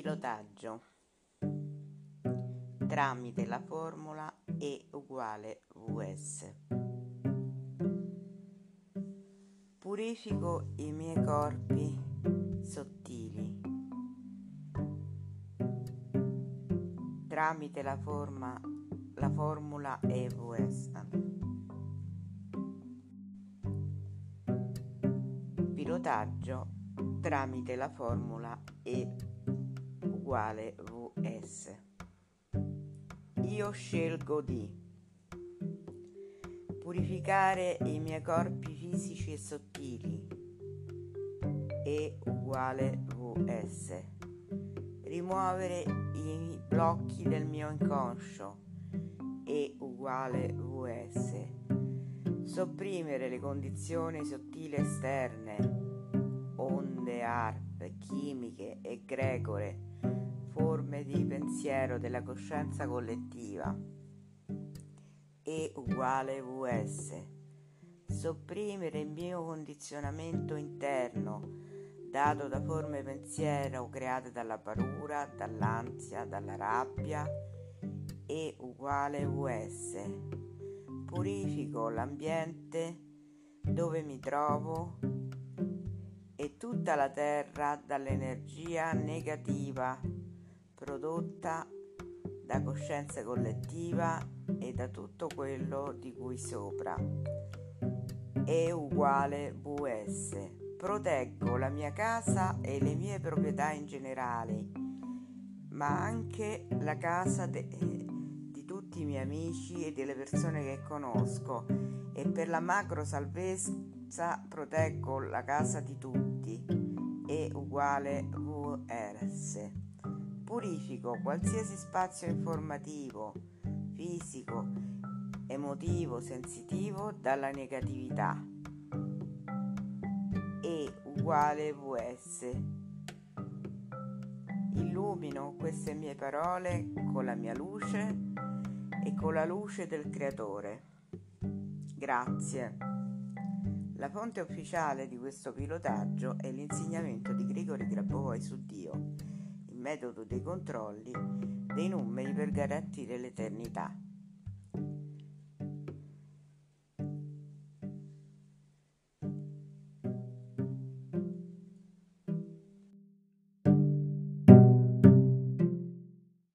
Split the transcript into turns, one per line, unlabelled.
Pilotaggio tramite la formula E uguale Vs. Purifico i miei corpi sottili tramite la formula EVS. Pilotaggio tramite la formula E uguale Vs. Io scelgo di purificare i miei corpi fisici e sottili, E uguale Vs. Rimuovere i blocchi del mio inconscio, E uguale Vs. Sopprimere le condizioni sottili esterne, onde, arpe, chimiche, egregore, forme di pensiero della coscienza collettiva, E uguale Vs. Sopprimere il mio condizionamento interno dato da forme pensiero create dalla paura, dall'ansia, dalla rabbia, E uguale Vs. Purifico l'ambiente dove mi trovo e tutta la terra dall'energia negativa prodotta da coscienza collettiva e da tutto quello di cui sopra, E uguale Vs. Proteggo la mia casa e le mie proprietà in generale, ma anche la casa di tutti i miei amici e delle persone che conosco, e per la macro salvezza proteggo la casa di tutti, E uguale Vs. Purifico qualsiasi spazio informativo, fisico, emotivo, sensitivo dalla negatività, E uguale Vs. Illumino queste mie parole con la mia luce e con la luce del Creatore. Grazie. La fonte ufficiale di questo pilotaggio è l'insegnamento di Grigori Grabovoi su Dio, il metodo dei controlli dei numeri per garantire l'eternità.